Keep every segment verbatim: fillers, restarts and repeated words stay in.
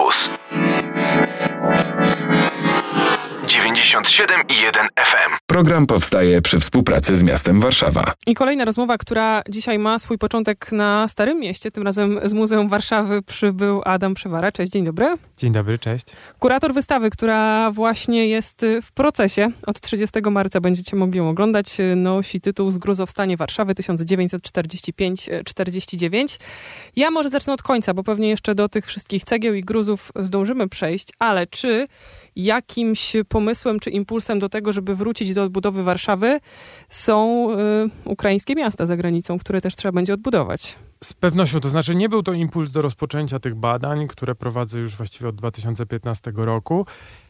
Campus. dziewięćdziesiąt siedem i jeden F M. Program powstaje przy współpracy z miastem Warszawa. I kolejna rozmowa, która dzisiaj ma swój początek na Starym Mieście. Tym razem z Muzeum Warszawy przybył Adam Przywara. Cześć, dzień dobry. Dzień dobry, cześć. Kurator wystawy, która właśnie jest w procesie. Od trzydziestego marca będziecie mogli ją oglądać. Nosi tytuł Zgruzowstanie Warszawy tysiąc dziewięćset czterdzieści pięć czterdzieści dziewięć. Ja może zacznę od końca, bo pewnie jeszcze do tych wszystkich cegieł i gruzów zdążymy przejść, ale czy jakimś pomysłem czy impulsem do tego, żeby wrócić do odbudowy Warszawy, są y, ukraińskie miasta za granicą, które też trzeba będzie odbudować? Z pewnością, to znaczy nie był to impuls do rozpoczęcia tych badań, które prowadzę już właściwie od dwa tysiące piętnastego roku,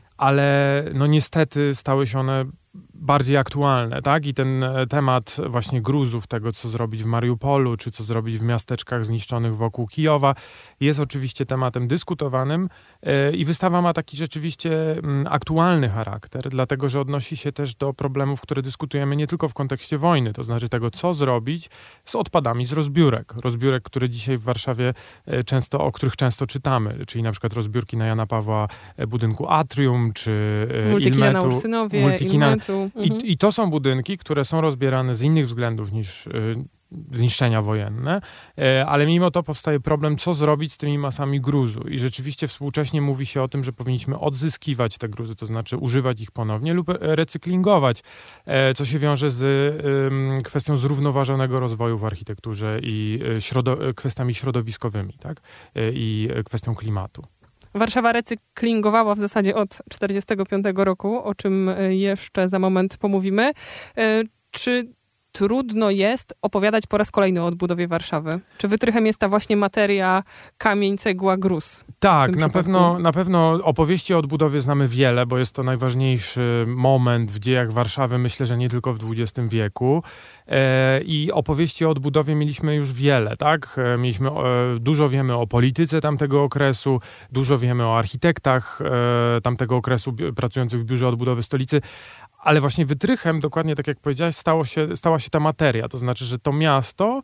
ale no niestety stały się one bardziej aktualne, tak? I ten temat właśnie Gruzów, tego co zrobić w Mariupolu, czy co zrobić w miasteczkach zniszczonych wokół Kijowa, jest oczywiście tematem dyskutowanym yy, i wystawa ma taki rzeczywiście yy, aktualny charakter, dlatego że odnosi się też do problemów, które dyskutujemy nie tylko w kontekście wojny, to znaczy tego, co zrobić z odpadami z rozbiórek. Rozbiórek, które dzisiaj w Warszawie yy, często, o których często czytamy, czyli na przykład rozbiórki na Jana Pawła yy, budynku Atrium, czy yy, Multikina Ilmetu. na Ursynowie, Multikina. Ilmetu. Mhm. I, I to są budynki, które są rozbierane z innych względów niż y, zniszczenia wojenne, y, ale mimo to powstaje problem, co zrobić z tymi masami gruzu. I rzeczywiście współcześnie mówi się o tym, że powinniśmy odzyskiwać te gruzy, to znaczy używać ich ponownie lub recyklingować, y, co się wiąże z y, kwestią zrównoważonego rozwoju w architekturze i y, środo, kwestiami środowiskowymi, tak? Y, i kwestią klimatu. Warszawa recyklingowała w zasadzie od czterdziestego piątego roku, o czym jeszcze za moment pomówimy. Czy trudno jest opowiadać po raz kolejny o odbudowie Warszawy? Czy wytrychem jest ta właśnie materia kamień, cegła, gruz? Tak, na pewno, na pewno opowieści o odbudowie znamy wiele, bo jest to najważniejszy moment w dziejach Warszawy, myślę, że nie tylko w dwudziestym wieku. E, I opowieści o odbudowie mieliśmy już wiele, tak? E, mieliśmy, e, dużo wiemy o polityce tamtego okresu, dużo wiemy o architektach e, tamtego okresu b- pracujących w Biurze Odbudowy Stolicy, ale właśnie wytrychem, dokładnie tak jak powiedziałeś, stało się, stała się ta materia. To znaczy, że to miasto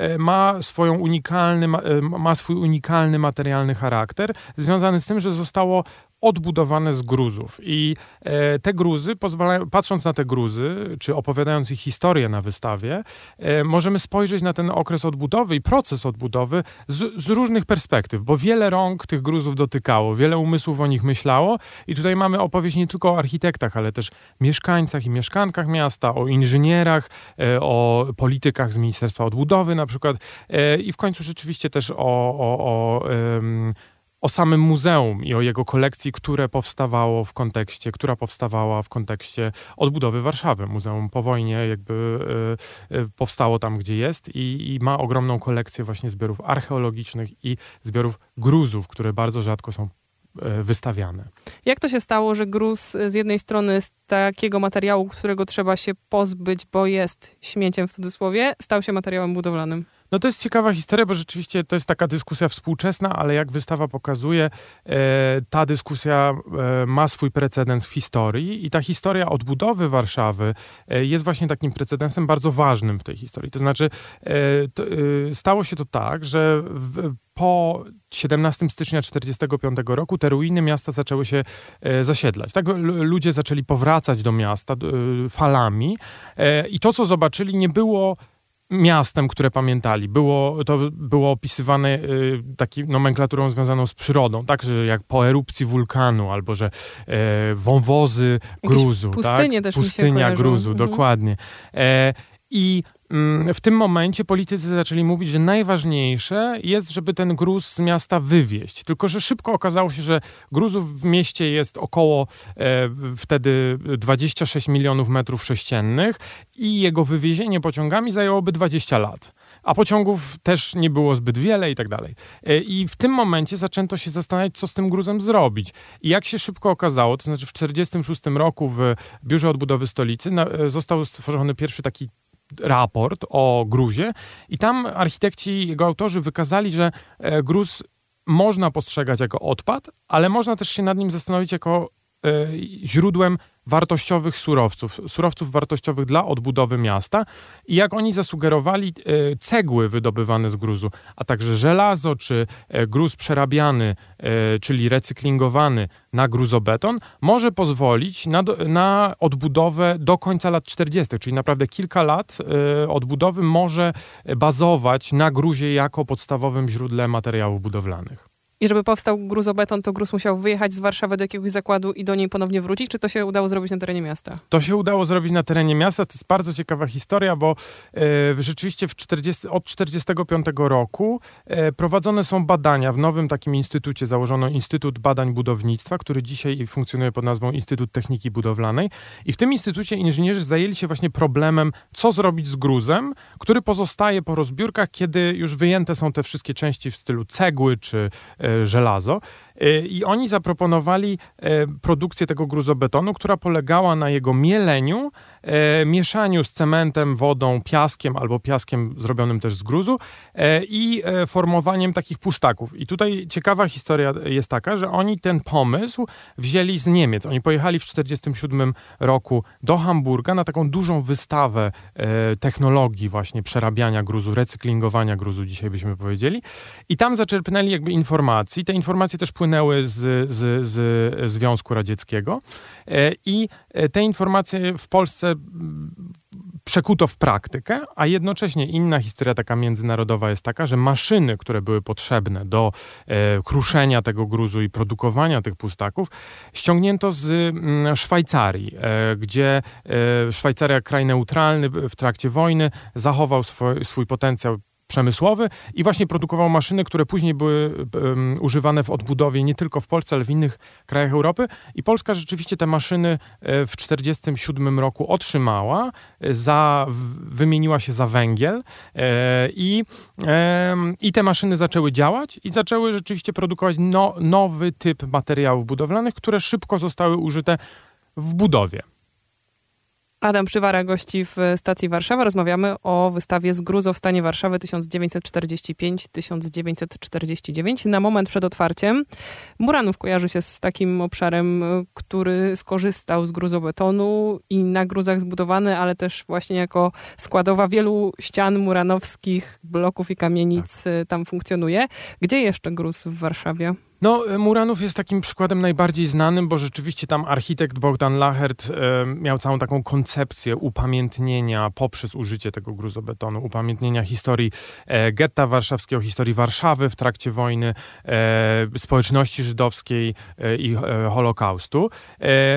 ma, swoją unikalny, ma swój unikalny materialny charakter, związany z tym, że zostało odbudowane z gruzów. I e, te gruzy, pozwalają, patrząc na te gruzy, czy opowiadając ich historię na wystawie, e, możemy spojrzeć na ten okres odbudowy i proces odbudowy z, z różnych perspektyw, bo wiele rąk tych gruzów dotykało, wiele umysłów o nich myślało i tutaj mamy opowieść nie tylko o architektach, ale też mieszkańcach i mieszkankach miasta, o inżynierach, e, o politykach z Ministerstwa Odbudowy na przykład e, i w końcu rzeczywiście też o, o, o e, o samym muzeum i o jego kolekcji, które powstawało w kontekście, która powstawała w kontekście odbudowy Warszawy. Muzeum po wojnie jakby y, y, powstało tam, gdzie jest i, i ma ogromną kolekcję właśnie zbiorów archeologicznych i zbiorów gruzów, które bardzo rzadko są y, wystawiane. Jak to się stało, że gruz z jednej strony z takiego materiału, którego trzeba się pozbyć, bo jest śmieciem w cudzysłowie, stał się materiałem budowlanym? No to jest ciekawa historia, bo rzeczywiście to jest taka dyskusja współczesna, ale jak wystawa pokazuje, e, ta dyskusja e, ma swój precedens w historii i ta historia odbudowy Warszawy e, jest właśnie takim precedensem bardzo ważnym w tej historii. To znaczy e, to, e, stało się to tak, że w, po siedemnastego stycznia tysiąc dziewięćset czterdziestego piątego roku te ruiny miasta zaczęły się e, zasiedlać. Tak, l- ludzie zaczęli powracać do miasta e, falami e, i to, co zobaczyli, nie było miastem, które pamiętali. Było, to było opisywane y, taką nomenklaturą związaną z przyrodą, tak, że jak po erupcji wulkanu, albo że e, wąwozy gruzu. Pustynie tak? też Pustynia mi się gruzu, mhm. dokładnie. E, I mm, w tym momencie politycy zaczęli mówić, że najważniejsze jest, żeby ten gruz z miasta wywieźć. Tylko że szybko okazało się, że gruzów w mieście jest około e, wtedy dwadzieścia sześć milionów metrów sześciennych i jego wywiezienie pociągami zajęłoby dwadzieścia lat. A pociągów też nie było zbyt wiele i tak dalej. I w tym momencie zaczęto się zastanawiać, co z tym gruzem zrobić. I jak się szybko okazało, to znaczy w tysiąc dziewięćset czterdziestym szóstym roku w Biurze Odbudowy Stolicy na, został stworzony pierwszy taki raport o gruzie i tam architekci, jego autorzy wykazali, że gruz można postrzegać jako odpad, ale można też się nad nim zastanowić jako źródłem wartościowych surowców, surowców wartościowych dla odbudowy miasta i jak oni zasugerowali, e, cegły wydobywane z gruzu, a także żelazo czy e, gruz przerabiany, e, czyli recyklingowany na gruzobeton, może pozwolić na, na odbudowę do końca lat czterdziestych, czyli naprawdę kilka lat e, odbudowy może bazować na gruzie jako podstawowym źródle materiałów budowlanych. I żeby powstał gruzobeton, to gruz musiał wyjechać z Warszawy do jakiegoś zakładu i do niej ponownie wrócić? Czy to się udało zrobić na terenie miasta? To się udało zrobić na terenie miasta. To jest bardzo ciekawa historia, bo e, rzeczywiście w czterdziestym, od czterdziestego piątego roku e, prowadzone są badania w nowym takim instytucie. Założono Instytut Badań Budownictwa, który dzisiaj funkcjonuje pod nazwą Instytut Techniki Budowlanej. I w tym instytucie inżynierzy zajęli się właśnie problemem, co zrobić z gruzem, który pozostaje po rozbiórkach, kiedy już wyjęte są te wszystkie części w stylu cegły czy e, żelazo. I oni zaproponowali produkcję tego gruzobetonu, która polegała na jego mieleniu, mieszaniu z cementem, wodą, piaskiem albo piaskiem zrobionym też z gruzu i formowaniem takich pustaków. I tutaj ciekawa historia jest taka, że oni ten pomysł wzięli z Niemiec. Oni pojechali w czterdziestym siódmym roku do Hamburga na taką dużą wystawę technologii właśnie przerabiania gruzu, recyklingowania gruzu, dzisiaj byśmy powiedzieli. I tam zaczerpnęli jakby informacji. Te informacje też płynęły z, z, z Związku Radzieckiego i te informacje w Polsce przekuto w praktykę, a jednocześnie inna historia taka międzynarodowa jest taka, że maszyny, które były potrzebne do e, kruszenia tego gruzu i produkowania tych pustaków, ściągnięto z m, Szwajcarii, e, gdzie e, Szwajcaria, kraj neutralny w trakcie wojny, zachował swój, swój potencjał przemysłowy i właśnie produkował maszyny, które później były um, używane w odbudowie nie tylko w Polsce, ale w innych krajach Europy. I Polska rzeczywiście te maszyny w czterdziestym siódmym roku otrzymała, za, w, wymieniła się za węgiel e, i, e, i te maszyny zaczęły działać i zaczęły rzeczywiście produkować no, nowy typ materiałów budowlanych, które szybko zostały użyte w budowie. Adam Przywara gości w stacji Warszawa. Rozmawiamy o wystawie Zgruzo w stanie Warszawy tysiąc dziewięćset czterdziesty piąty do tysiąc dziewięćset czterdziestego dziewiątego. Na moment przed otwarciem Muranów kojarzy się z takim obszarem, który skorzystał z gruzobetonu i na gruzach zbudowany, ale też właśnie jako składowa wielu ścian muranowskich, bloków i kamienic tak. tam funkcjonuje. Gdzie jeszcze gruz w Warszawie? No, Muranów jest takim przykładem najbardziej znanym, bo rzeczywiście tam architekt Bogdan Lachert e, miał całą taką koncepcję upamiętnienia poprzez użycie tego gruzobetonu, upamiętnienia historii e, getta warszawskiego, historii Warszawy w trakcie wojny, e, społeczności żydowskiej e, i e, Holokaustu. E,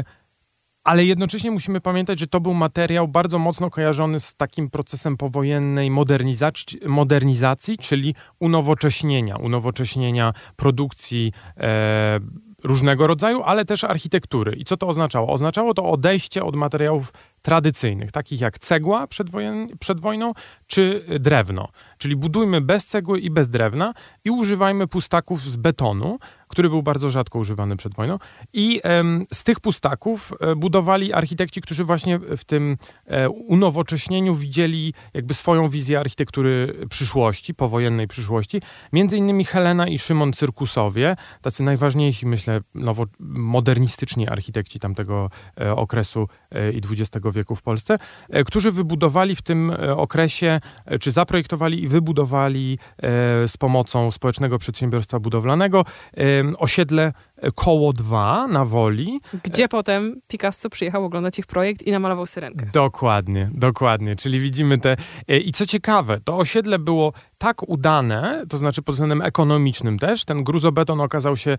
Ale jednocześnie musimy pamiętać, że to był materiał bardzo mocno kojarzony z takim procesem powojennej modernizacji, modernizacji czyli unowocześnienia, unowocześnienia produkcji e, różnego rodzaju, ale też architektury. I co to oznaczało? Oznaczało to odejście od materiałów tradycyjnych, takich jak cegła przed, wojen, przed wojną, czy drewno. Czyli budujmy bez cegły i bez drewna i używajmy pustaków z betonu, który był bardzo rzadko używany przed wojną. I em, z tych pustaków e, budowali architekci, którzy właśnie w tym e, unowocześnieniu widzieli jakby swoją wizję architektury przyszłości, powojennej przyszłości. Między innymi Helena i Szymon Cyrkusowie, tacy najważniejsi, myślę, nowo, modernistyczni architekci tamtego e, okresu e, i dwudziestego wieku w Polsce, e, którzy wybudowali w tym e, okresie, e, czy zaprojektowali i wybudowali e, z pomocą Społecznego Przedsiębiorstwa Budowlanego e, osiedle Koło dwa na Woli. Gdzie potem Picasso przyjechał oglądać ich projekt i namalował Syrenkę. Dokładnie, dokładnie. Czyli widzimy te... I co ciekawe, to osiedle było tak udane, to znaczy pod względem ekonomicznym też, ten gruzobeton okazał się e,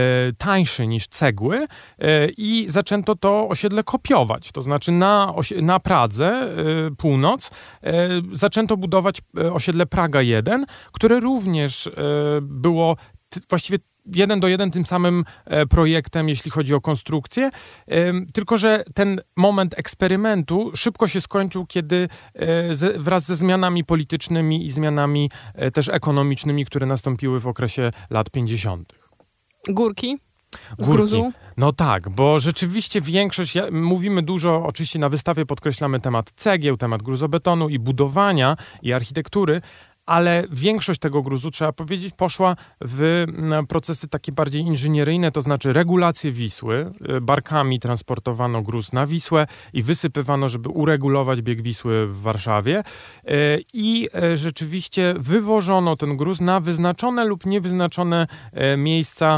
tańszy niż cegły e, i zaczęto to osiedle kopiować. To znaczy na, na Pradze, e, północ, e, zaczęto budować osiedle Praga jeden, które również e, było t- właściwie jeden do jeden tym samym e, projektem, jeśli chodzi o konstrukcję, e, tylko że ten moment eksperymentu szybko się skończył, kiedy e, z, wraz ze zmianami politycznymi i zmianami e, też ekonomicznymi, które nastąpiły w okresie lat pięćdziesiątych. Górki? Z Górki. gruzu? No tak, bo rzeczywiście większość, ja, mówimy dużo, oczywiście na wystawie podkreślamy temat cegieł, temat gruzobetonu i budowania i architektury, ale większość tego gruzu, trzeba powiedzieć, poszła w procesy takie bardziej inżynieryjne, to znaczy regulację Wisły. Barkami transportowano gruz na Wisłę i wysypywano, żeby uregulować bieg Wisły w Warszawie. I rzeczywiście wywożono ten gruz na wyznaczone lub niewyznaczone miejsca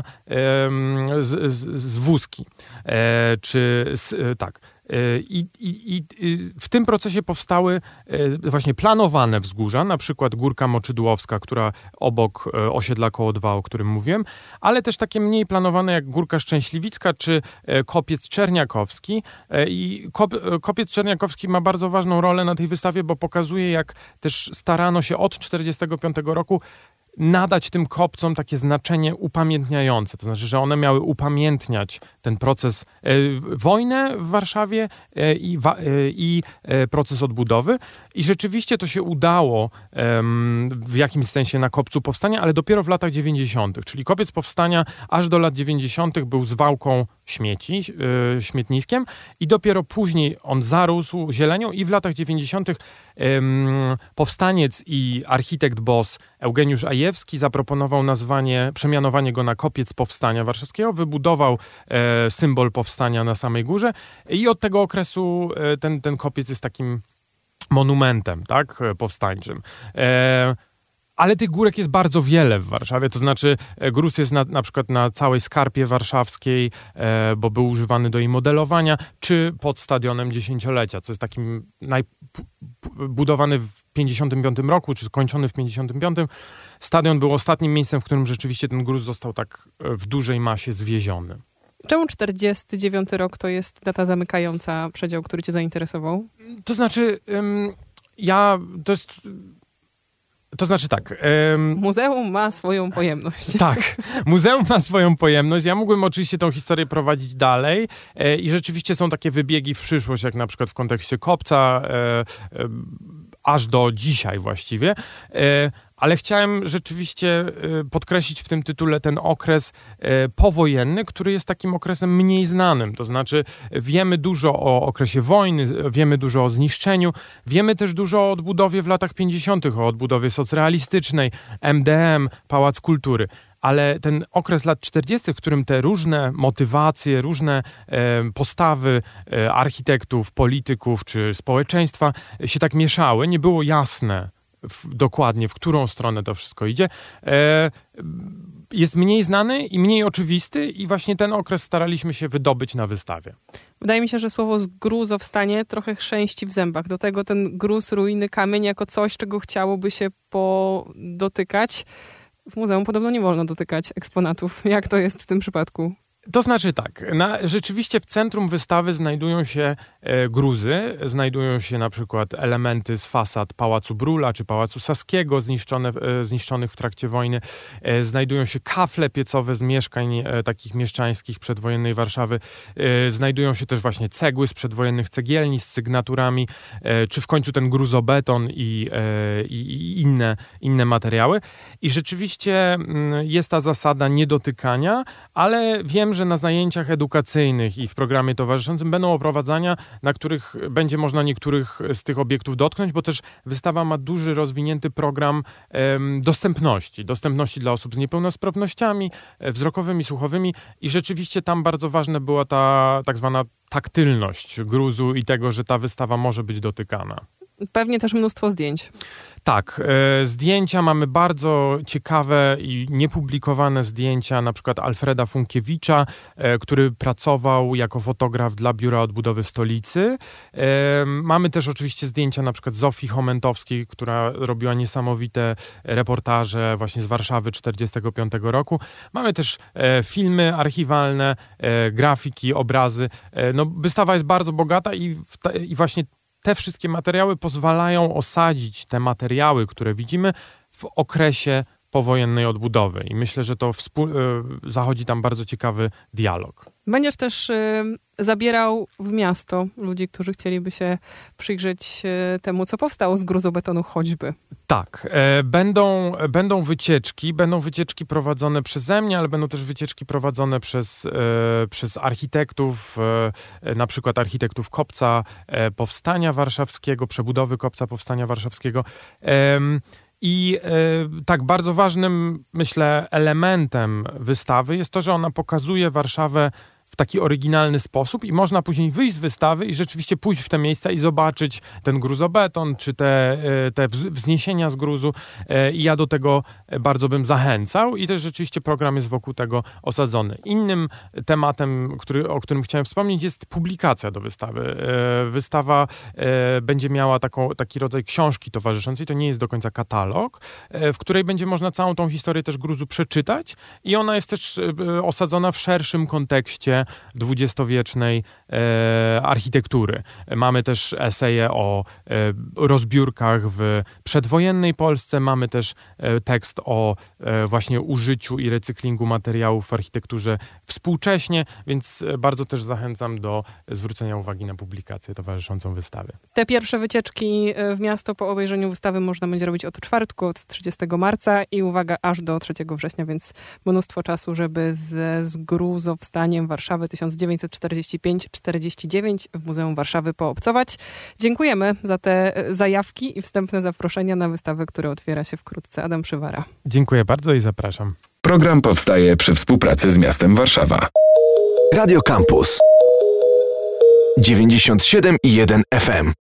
z, z, z wózki. Czy z, tak. I, i, I w tym procesie powstały właśnie planowane wzgórza, na przykład Górka Moczydłowska, która obok osiedla Koło dwa, o którym mówiłem, ale też takie mniej planowane jak Górka Szczęśliwicka czy Kopiec Czerniakowski. I Kopiec Czerniakowski ma bardzo ważną rolę na tej wystawie, bo pokazuje, jak też starano się od czterdziestego piątego roku nadać tym kopcom takie znaczenie upamiętniające. To znaczy, że one miały upamiętniać ten proces, e, wojnę w Warszawie e, i, wa, e, i e, proces odbudowy. I rzeczywiście to się udało e, w jakimś sensie na kopcu powstania, ale dopiero w latach dziewięćdziesiątych. Czyli kopiec powstania aż do lat dziewięćdziesiątych był zwałką śmieci, e, śmietniskiem i dopiero później on zarósł zielenią i w latach dziewięćdziesiątych e, powstaniec i architekt boss Eugeniusz Ajewski zaproponował nazwanie, przemianowanie go na Kopiec Powstania Warszawskiego, wybudował e, symbol powstania na samej górze i od tego okresu e, ten, ten kopiec jest takim monumentem, tak, powstańczym. E, ale tych górek jest bardzo wiele w Warszawie, to znaczy gruz jest na, na przykład na całej Skarpie Warszawskiej, e, bo był używany do jej modelowania, czy pod Stadionem Dziesięciolecia, co jest takim naj, budowany w pięćdziesiątym piątym roku, czy skończony w pięćdziesiątym piątym. Stadion był ostatnim miejscem, w którym rzeczywiście ten gruz został tak w dużej masie zwieziony. Czemu czterdziesty dziewiąty rok to jest data zamykająca przedział, który cię zainteresował? To znaczy, ym, ja, to jest... To znaczy tak. Ym, Muzeum ma swoją pojemność. Tak, muzeum ma swoją pojemność. Ja mógłbym oczywiście tą historię prowadzić dalej e, i rzeczywiście są takie wybiegi w przyszłość, jak na przykład w kontekście kopca, e, e, aż do dzisiaj właściwie. E, ale chciałem rzeczywiście podkreślić w tym tytule ten okres powojenny, który jest takim okresem mniej znanym. To znaczy wiemy dużo o okresie wojny, wiemy dużo o zniszczeniu, wiemy też dużo o odbudowie w latach pięćdziesiątych, o odbudowie socrealistycznej, M D M, Pałac Kultury. Ale ten okres lat czterdziestych, w którym te różne motywacje, różne e, postawy e, architektów, polityków czy społeczeństwa się tak mieszały, nie było jasne w, dokładnie, w którą stronę to wszystko idzie, e, jest mniej znany i mniej oczywisty i właśnie ten okres staraliśmy się wydobyć na wystawie. Wydaje mi się, że słowo zgruzowstanie trochę chrzęści w zębach. Do tego ten gruz, ruiny, kamień jako coś, czego chciałoby się podotykać. W muzeum podobno nie wolno dotykać eksponatów. Jak to jest w tym przypadku? To znaczy tak, na, rzeczywiście w centrum wystawy znajdują się e, gruzy, znajdują się na przykład elementy z fasad Pałacu Brula czy Pałacu Saskiego zniszczone, e, zniszczonych w trakcie wojny, e, znajdują się kafle piecowe z mieszkań e, takich mieszczańskich przedwojennej Warszawy, e, znajdują się też właśnie cegły z przedwojennych cegielni z sygnaturami, e, czy w końcu ten gruzobeton i, e, i inne, inne materiały. I rzeczywiście m, jest ta zasada niedotykania, ale wiem, że na zajęciach edukacyjnych i w programie towarzyszącym będą oprowadzania, na których będzie można niektórych z tych obiektów dotknąć, bo też wystawa ma duży, rozwinięty program em, dostępności. Dostępności dla osób z niepełnosprawnościami e, wzrokowymi, słuchowymi i rzeczywiście tam bardzo ważna była ta tak zwana taktylność gruzu i tego, że ta wystawa może być dotykana. Pewnie też mnóstwo zdjęć. Tak, e, zdjęcia mamy bardzo ciekawe i niepublikowane zdjęcia, na przykład Alfreda Funkiewicza, e, który pracował jako fotograf dla Biura Odbudowy Stolicy. E, mamy też oczywiście zdjęcia na przykład Zofii Chomentowskiej, która robiła niesamowite reportaże właśnie z Warszawy czterdziestego piątego roku. Mamy też e, filmy archiwalne, e, grafiki, obrazy. E, no, wystawa jest bardzo bogata i, w ta, i właśnie te wszystkie materiały pozwalają osadzić te materiały, które widzimy w okresie powojennej odbudowy. I myślę, że to współ... zachodzi tam bardzo ciekawy dialog. Będziesz też y, zabierał w miasto ludzi, którzy chcieliby się przyjrzeć y, temu, co powstało z gruzobetonu choćby. Tak. E, będą, będą wycieczki, będą wycieczki prowadzone przeze mnie, ale będą też wycieczki prowadzone przez, e, przez architektów, e, na przykład architektów Kopca e, Powstania Warszawskiego, przebudowy Kopca Powstania Warszawskiego. E, I e, tak bardzo ważnym, myślę, elementem wystawy jest to, że ona pokazuje Warszawę w taki oryginalny sposób i można później wyjść z wystawy i rzeczywiście pójść w te miejsca i zobaczyć ten gruzobeton, czy te, te wzniesienia z gruzu. I ja do tego bardzo bym zachęcał i też rzeczywiście program jest wokół tego osadzony. Innym tematem, który, o którym chciałem wspomnieć, jest publikacja do wystawy. Wystawa będzie miała taką, taki rodzaj książki towarzyszącej, to nie jest do końca katalog, w której będzie można całą tą historię też gruzu przeczytać i ona jest też osadzona w szerszym kontekście dwudziestowiecznej e, architektury. Mamy też eseje o e, rozbiórkach w przedwojennej Polsce, mamy też e, tekst o e, właśnie użyciu i recyklingu materiałów w architekturze współcześnie, więc bardzo też zachęcam do zwrócenia uwagi na publikację towarzyszącą wystawie. Te pierwsze wycieczki w miasto po obejrzeniu wystawy można będzie robić od czwartku, od trzydziestego marca i uwaga, aż do trzeciego września, więc mnóstwo czasu, żeby z, z gruzowstaniem Warszawy tysiąc dziewięćset czterdzieści pięć do czterdzieści dziewięć w Muzeum Warszawy poobcować. Dziękujemy za te zajawki i wstępne zaproszenia na wystawę, która otwiera się wkrótce. Adam Przywara. Dziękuję bardzo i zapraszam. Program powstaje przy współpracy z miastem Warszawa. Radio Campus dziewięćdziesiąt siedem i jeden F M.